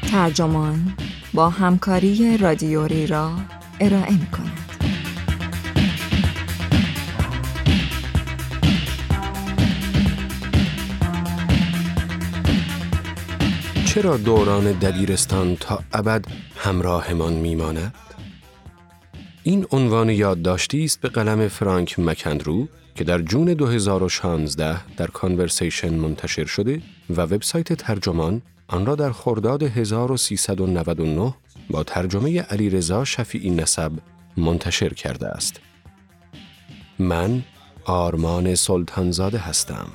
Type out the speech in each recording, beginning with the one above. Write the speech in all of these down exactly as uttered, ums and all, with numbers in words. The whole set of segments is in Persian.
ترجمان با همکاری رادیو ریرا ارائه می کند. چرا دوران دبیرستان تا ابد همراهمان میماند؟ این عنوان یادداشتی است به قلم فرانک مکندرو که در جون دو هزار و شانزده در کانورسیشن منتشر شده و وبسایت ترجمان آن را در خرداد هزار و سیصد و نود و نه با ترجمه علیرضا شفیعی نسب منتشر کرده است. من آرمان سلطانزاده هستم.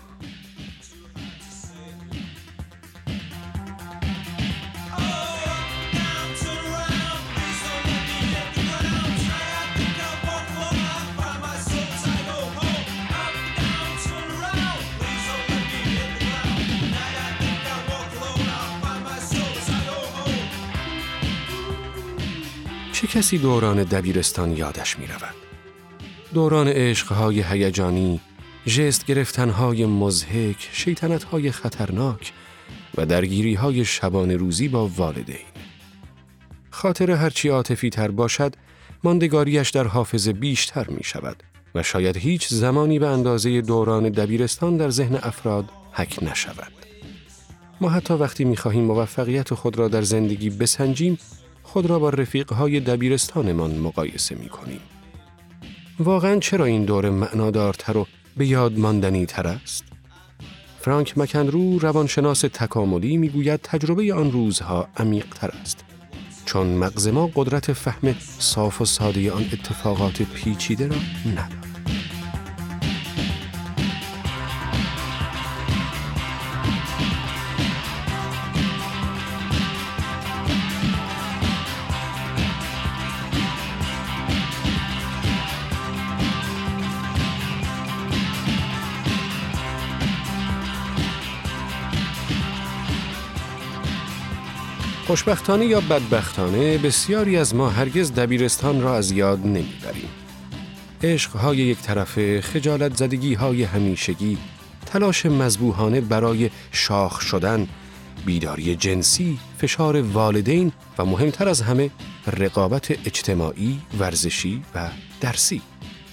چه کسی دوران دبیرستان یادش می رود؟ دوران عشقهای هیجانی، ژست گرفتنهای مضحک، شیطنتهای خطرناک و درگیریهای شبانه روزی با والدین. خاطر هرچی عاطفی تر باشد، ماندگاریش در حافظه بیشتر می شود و شاید هیچ زمانی به اندازه دوران دبیرستان در ذهن افراد حک نشود. ما حتی وقتی می خواهیم موفقیت خود را در زندگی بسنجیم، خود را با رفیقهای دبیرستانمان مقایسه می کنیم. واقعاً چرا این دوره معنادارتر و به یاد ماندنی تر است؟ فرانک مکندرو روانشناس تکاملی می گوید تجربه آن روزها عمیق تر است. چون مغز ما قدرت فهم صاف و ساده آن اتفاقات پیچیده را ندارد. خوشبختانه یا بدبختانه بسیاری از ما هرگز دبیرستان را از یاد نمیبریم. عشقهای یک طرفه، خجالت زدگی‌های همیشگی، تلاش مذبوحانه برای شاخ شدن، بیداری جنسی، فشار والدین و مهمتر از همه رقابت اجتماعی، ورزشی و درسی.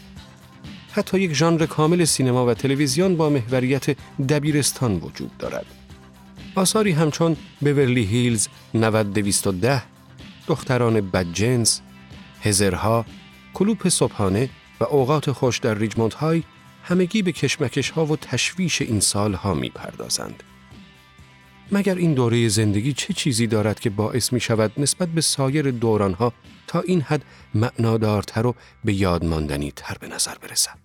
حتی یک ژانر کامل سینما و تلویزیون با محوریت دبیرستان وجود دارد. آثاری همچون بیورلی هیلز نود دویست و ده، دختران بدجنس، هزرها، کلوپ صبحانه و اوقات خوش در ریجموند های همگی به کشمکش ها و تشویش این سال ها می پردازند. مگر این دوره زندگی چه چیزی دارد که باعث می شود نسبت به سایر دوران ها تا این حد معنادارتر و به یاد ماندنی تر به نظر برسد؟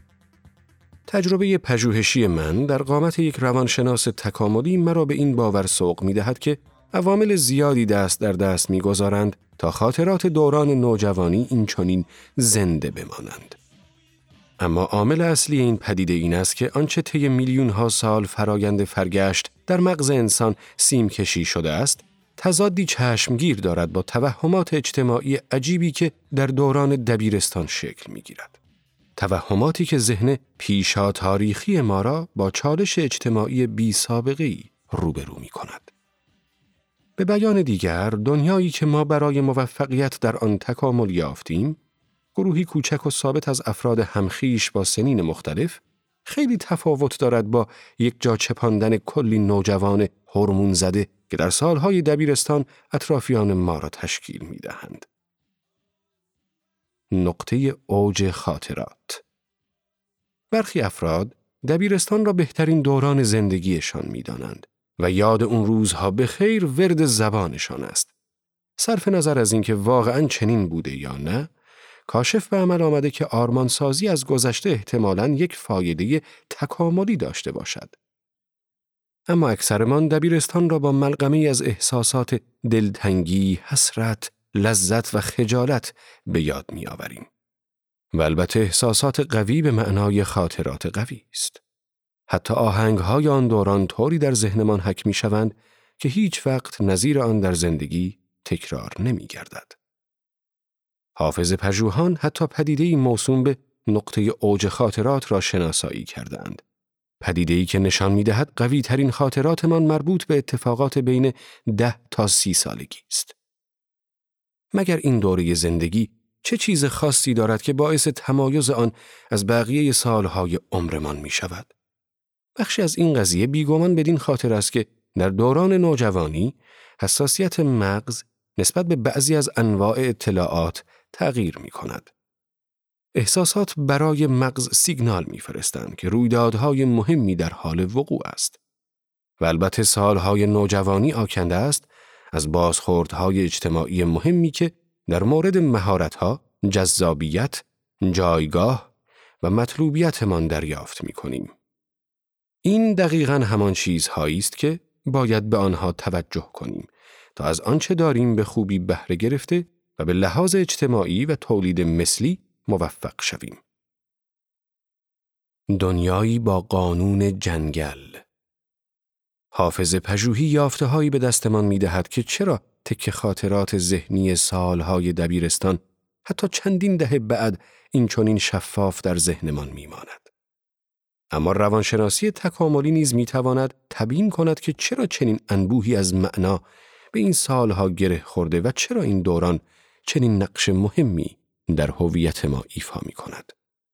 تجربه پژوهشی من در قامت یک روانشناس تکاملی مرا به این باور سوق می دهد که عوامل زیادی دست در دست می گذارند تا خاطرات دوران نوجوانی این چنین زنده بمانند. اما عامل اصلی این پدیده این است که آنچه طی میلیون ها سال فرایند فرگشت در مغز انسان سیم کشی شده است، تضادی چشمگیر دارد با توهمات اجتماعی عجیبی که در دوران دبیرستان شکل می گیرد. توهماتی که ذهن پیشا تاریخی ما را با چالش اجتماعی بی سابقه‌ای روبرو می کند. به بیان دیگر، دنیایی که ما برای موفقیت در آن تکامل یافتیم، گروهی کوچک و ثابت از افراد همخیش با سنین مختلف، خیلی تفاوت دارد با یک جا چپاندن کلی نوجوان هورمون زده که در سالهای دبیرستان اطرافیان ما را تشکیل می دهند. نقطه اوج خاطرات. برخی افراد دبیرستان را بهترین دوران زندگیشان می دانند و یاد اون روزها به خیر ورد زبانشان است. صرف نظر از اینکه واقعاً چنین بوده یا نه، کاشف به عمل آمده که آرمانسازی از گذشته احتمالاً یک فایده تکاملی داشته باشد. اما اکثرمان دبیرستان را با ملغمه‌ای از احساسات دلتنگی، حسرت، لذت و خجالت به یاد می آوریم. و البته احساسات قوی به معنای خاطرات قوی است. حتی آهنگ‌های آن دوران طوری در ذهنمان حک می شوند که هیچ وقت نظیر آن در زندگی تکرار نمی گردد. حافظه پژوهان حتی پدیده‌ای موسوم به نقطه اوج خاطرات را شناسایی کردند. پدیده‌ای که نشان می‌دهد قوی ترین خاطراتمان مربوط به اتفاقات بین ده تا سی سالگی است. مگر این دوره زندگی چه چیز خاصی دارد که باعث تمایز آن از بقیه سالهای عمرمان می‌شود؟ بخشی از این قضیه بیگمان بدین خاطر است که در دوران نوجوانی حساسیت مغز نسبت به بعضی از انواع اطلاعات تغییر می‌کند. احساسات برای مغز سیگنال می‌فرستند که رویدادهای مهمی در حال وقوع است. و البته سالهای نوجوانی آکنده است از بازخوردهای اجتماعی مهمی که در مورد مهارت‌ها، جذابیت، جایگاه و مطلوبیتمان دریافت می‌کنیم. این دقیقاً همان چیزهایی است که باید به آنها توجه کنیم تا از آنچه داریم به خوبی بهره گرفته و به لحاظ اجتماعی و تولید مثلی موفق شویم. دنیایی با قانون جنگل. حافظ پژوهی یافته‌هایی به دستمان می‌دهد که چرا تک خاطرات ذهنی سالهای دبیرستان حتی چندین دهه بعد این چنین شفاف در ذهنمان می‌ماند. اما روانشناسی تکاملی نیز می‌تواند تبیین کند که چرا چنین انبوهی از معنا به این سالها گره خورده و چرا این دوران چنین نقش مهمی در هویت ما ایفا می‌کند.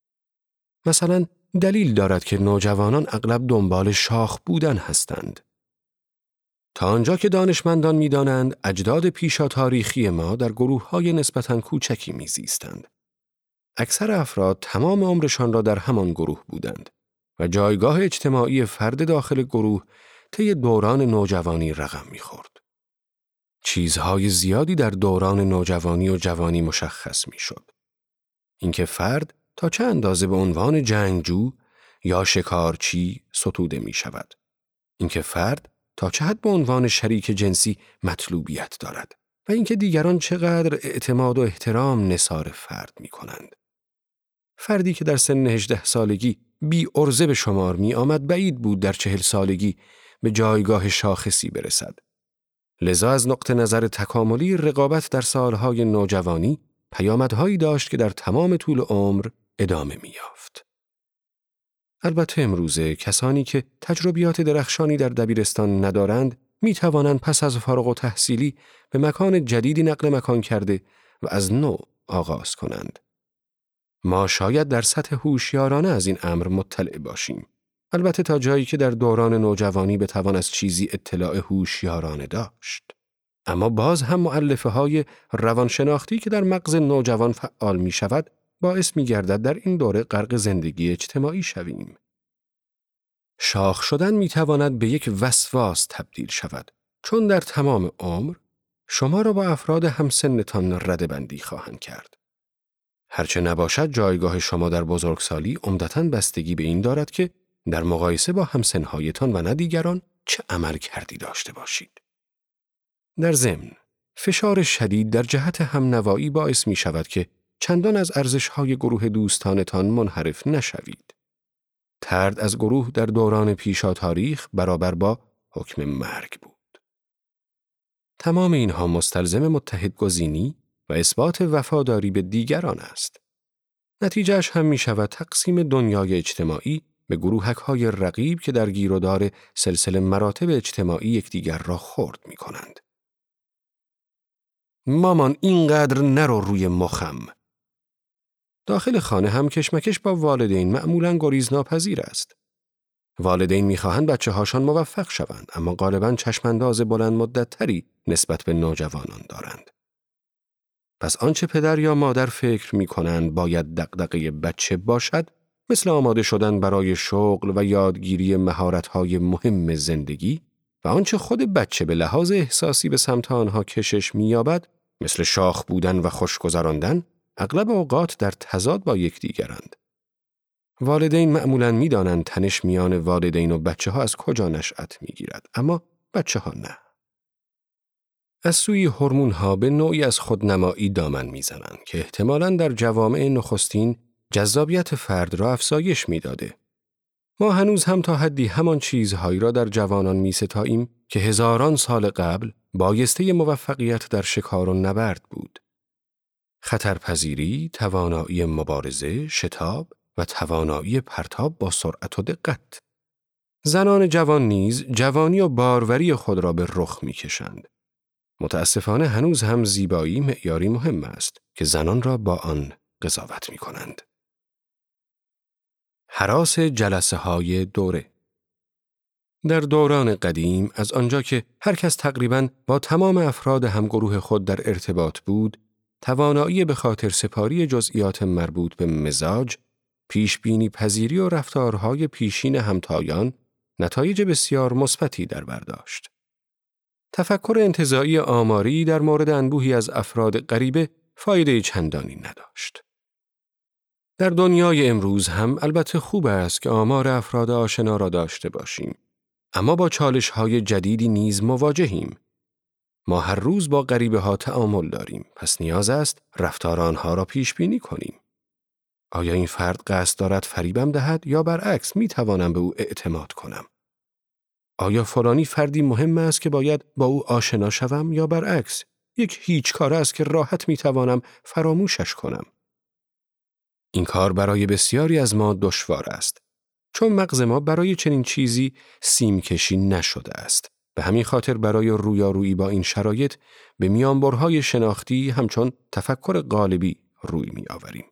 مثلا دلیل دارد که نوجوانان اغلب دنبال شاخ بودن هستند. تا آنجا که دانشمندان می‌دانند اجداد پیشا تاریخی ما در گروه‌های نسبتاً کوچکی می‌زیستند. اکثر افراد تمام عمرشان را در همان گروه بودند و جایگاه اجتماعی فرد داخل گروه طی دوران نوجوانی رقم می‌خورد. چیزهای زیادی در دوران نوجوانی و جوانی مشخص می‌شد. اینکه فرد تا چه اندازه به عنوان جنگجو یا شکارچی ستوده می‌شود. اینکه فرد تا چه حد به عنوان شریک جنسی مطلوبیت دارد و اینکه دیگران چقدر اعتماد و احترام نثار فرد می‌کنند. فردی که در سن هجده سالگی بی عرضه به شمار می آمد بعید بود در چهل سالگی به جایگاه شاخصی برسد. لذا از نقطه نظر تکاملی رقابت در سالهای نوجوانی پیامدهایی داشت که در تمام طول عمر ادامه می یافت. البته امروزه کسانی که تجربیات درخشانی در دبیرستان ندارند می توانند پس از فارغ التحصیلی به مکان جدیدی نقل مکان کرده و از نو آغاز کنند. ما شاید در سطح هوشیارانه از این امر مطلع باشیم. البته تا جایی که در دوران نوجوانی بتوان از چیزی اطلاع هوشیارانه داشت. اما باز هم مؤلفه های روانشناختی که در مغز نوجوان فعال می شود باعث می گردد در این دوره غرق زندگی اجتماعی شویم. شاخ شدن می تواند به یک وسواس تبدیل شود چون در تمام عمر شما را با افراد همسنتان ردبندی خواهند کرد. هرچه نباشد جایگاه شما در بزرگسالی عمدتاً بستگی به این دارد که در مقایسه با همسن‌هایتان و نه دیگران چه عمل کردی داشته باشید. در ضمن، فشار شدید در جهت همنوایی باعث می شود که چندان از ارزش‌های گروه دوستانتان منحرف نشوید. طرد از گروه در دوران پیشا تاریخ برابر با حکم مرگ بود. تمام اینها مستلزم متحدگزینی و اثبات وفاداری به دیگران است. نتیجهش هم می شود تقسیم دنیای اجتماعی به گروهک‌های رقیب که در گیرودار سلسله مراتب اجتماعی یکدیگر را خرد می کنند. مامان اینقدر نرو روی مخم. داخل خانه هم کشمکش با والدین معمولاً گریزناپذیر است. والدین می‌خواهند بچه‌هاشان موفق شوند اما غالباً چشمانداز بلند مدت‌تری نسبت به نوجوانان دارند. پس آنچه پدر یا مادر فکر می‌کنند باید دغدغه بچه باشد، مثل آماده شدن برای شغل و یادگیری مهارت‌های مهم زندگی و آنچه خود بچه به لحاظ احساسی به سمت آنها کشش می‌یابد، مثل شاخ بودن و خوش گذراندن، اغلب اوقات در تضاد با یکدیگرند. والدین معمولاً می‌دانند تنش میان والدین و بچه‌ها از کجا نشأت می‌گیرد، اما بچه‌ها نه. از سوی هورمون‌ها به نوعی از خودنمایی دامن می‌زنند که احتمالاً در جوامع نخستین جذابیت فرد را افزایش می‌داده. ما هنوز هم تا حدی همان چیزهایی را در جوانان می‌ستاییم که هزاران سال قبل بایسته موفقیت در شکار و نبرد بود. خطرپذیری، توانایی مبارزه، شتاب و توانایی پرتاب با سرعت و دقت. زنان جوان نیز جوانی و باروری خود را به رخ می‌کشند. متاسفانه هنوز هم زیبایی معیاری مهم است که زنان را با آن قضاوت می‌کنند. هراس جلسه‌های دوره. در دوران قدیم از آنجا که هر کس تقریباً با تمام افراد همگروه خود در ارتباط بود، توانایی به خاطر سپاری جزئیات مربوط به مزاج، پیشبینی پذیری و رفتارهای پیشین همتایان نتایج بسیار مثبتی در بر داشت. تفکر انتزاعی آماری در مورد انبوهی از افراد غریبه فایده چندانی نداشت. در دنیای امروز هم البته خوب است که آمار افراد آشنا را داشته باشیم، اما با چالش‌های جدیدی نیز مواجهیم. ما هر روز با غریبه ها تعامل داریم، پس نیاز است رفتار آنها را پیش بینی کنیم. آیا این فرد قصد دارد فریبم دهد یا برعکس می توانم به او اعتماد کنم؟ آیا فلانی فردی مهم است که باید با او آشنا شوم یا برعکس یک هیچ کار است که راحت می توانم فراموشش کنم؟ این کار برای بسیاری از ما دشوار است، چون مغز ما برای چنین چیزی سیمکشی نشده است. به همین خاطر برای رویارویی با این شرایط به میانبرهای شناختی همچون تفکر قالبی روی می آوریم.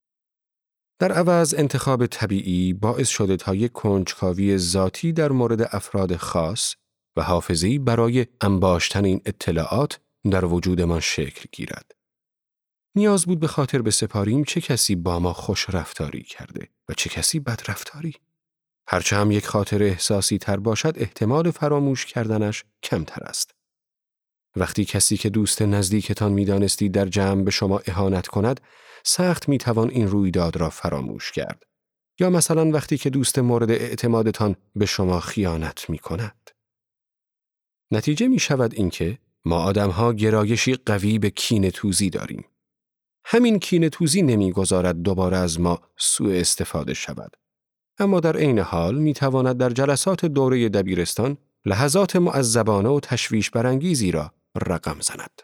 در عوض انتخاب طبیعی باعث شده تا یک کنجکاوی ذاتی در مورد افراد خاص و حافظه‌ای برای انباشتن این اطلاعات در وجودمان شکل گیرد. نیاز بود به خاطر بسپاریم چه کسی با ما خوش رفتاری کرده و چه کسی بد رفتاری. هرچه هم یک خاطر احساسی تر باشد، احتمال فراموش کردنش کمتر است. وقتی کسی که دوست نزدیکتان می‌دانستی در جمع به شما اهانت کند، سخت می‌توان این رویداد را فراموش کرد. یا مثلا وقتی که دوست مورد اعتمادتان به شما خیانت می‌کند. نتیجه می‌شود اینکه ما آدم‌ها گرایشی قوی به کینه‌توزی داریم. همین کینه‌توزی نمی‌گذارد دوباره از ما سوء استفاده شود. اما در عین حال می‌تواند در جلسات دوره دبیرستان لحظات معذبانه و تشویش برانگیزی را رقم زند.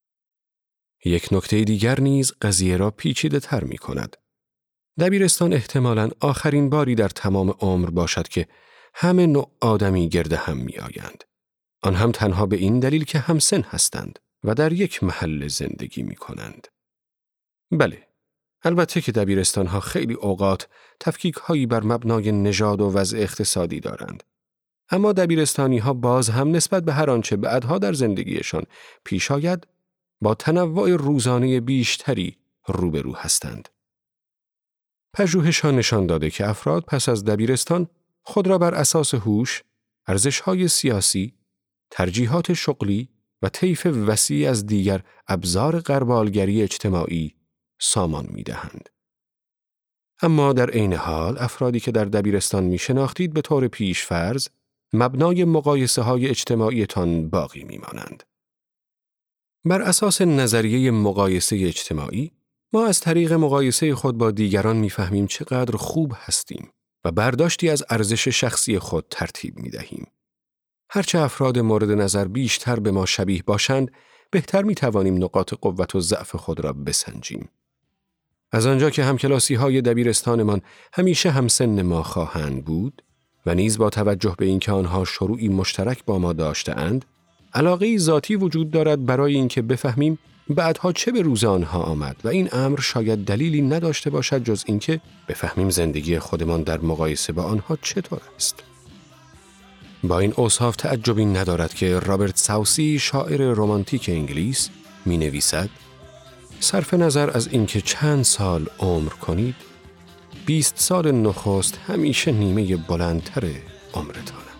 یک نکته دیگر نیز قضیه را پیچیده تر می کند. دبیرستان احتمالاً آخرین باری در تمام عمر باشد که همه نوع آدمی گرد هم می آیند. آن هم تنها به این دلیل که همسن هستند و در یک محل زندگی می کنند. بله، البته که دبیرستان‌ها خیلی اوقات تفکیک‌هایی بر مبنای نژاد و وضع اقتصادی دارند. اما دبیرستانی‌ها باز هم نسبت به هر آنچه بعدها در زندگیشان پیش آید با تنوع روزانه بیشتری روبرو هستند. پژوهش‌ها نشان داده که افراد پس از دبیرستان خود را بر اساس هوش، ارزش‌های سیاسی، ترجیحات شغلی و طیف وسیع از دیگر ابزار غربالگری اجتماعی سامان می‌دهند. اما در عین حال افرادی که در دبیرستان می‌شناختید به طور پیش‌فرض مبنای مقایسه‌های اجتماعیتان باقی می‌مانند. بر اساس نظریه مقایسه اجتماعی، ما از طریق مقایسه خود با دیگران می‌فهمیم چقدر خوب هستیم و برداشتی از ارزش شخصی خود ترتیب می‌دهیم. هرچه افراد مورد نظر بیشتر به ما شبیه باشند، بهتر می‌توانیم نقاط قوت و ضعف خود را بسنجیم. از آنجا که همکلاسی‌های دبیرستانمان همیشه همسن ما خواهند بود و نیز با توجه به اینکه آنها شروعی مشترک با ما داشته‌اند، علاقه‌ای ذاتی وجود دارد برای اینکه بفهمیم بعدها چه به روز آنها آمد و این امر شاید دلیلی نداشته باشد جز اینکه بفهمیم زندگی خودمان در مقایسه با آنها چطور است. با این اوصاف تعجبی ندارد که رابرت ساوسی شاعر رمانتیک انگلیس می نویسد: صرف نظر از اینکه چند سال عمر کنید، بیست سال نخست همیشه نیمه بلندتر عمرتان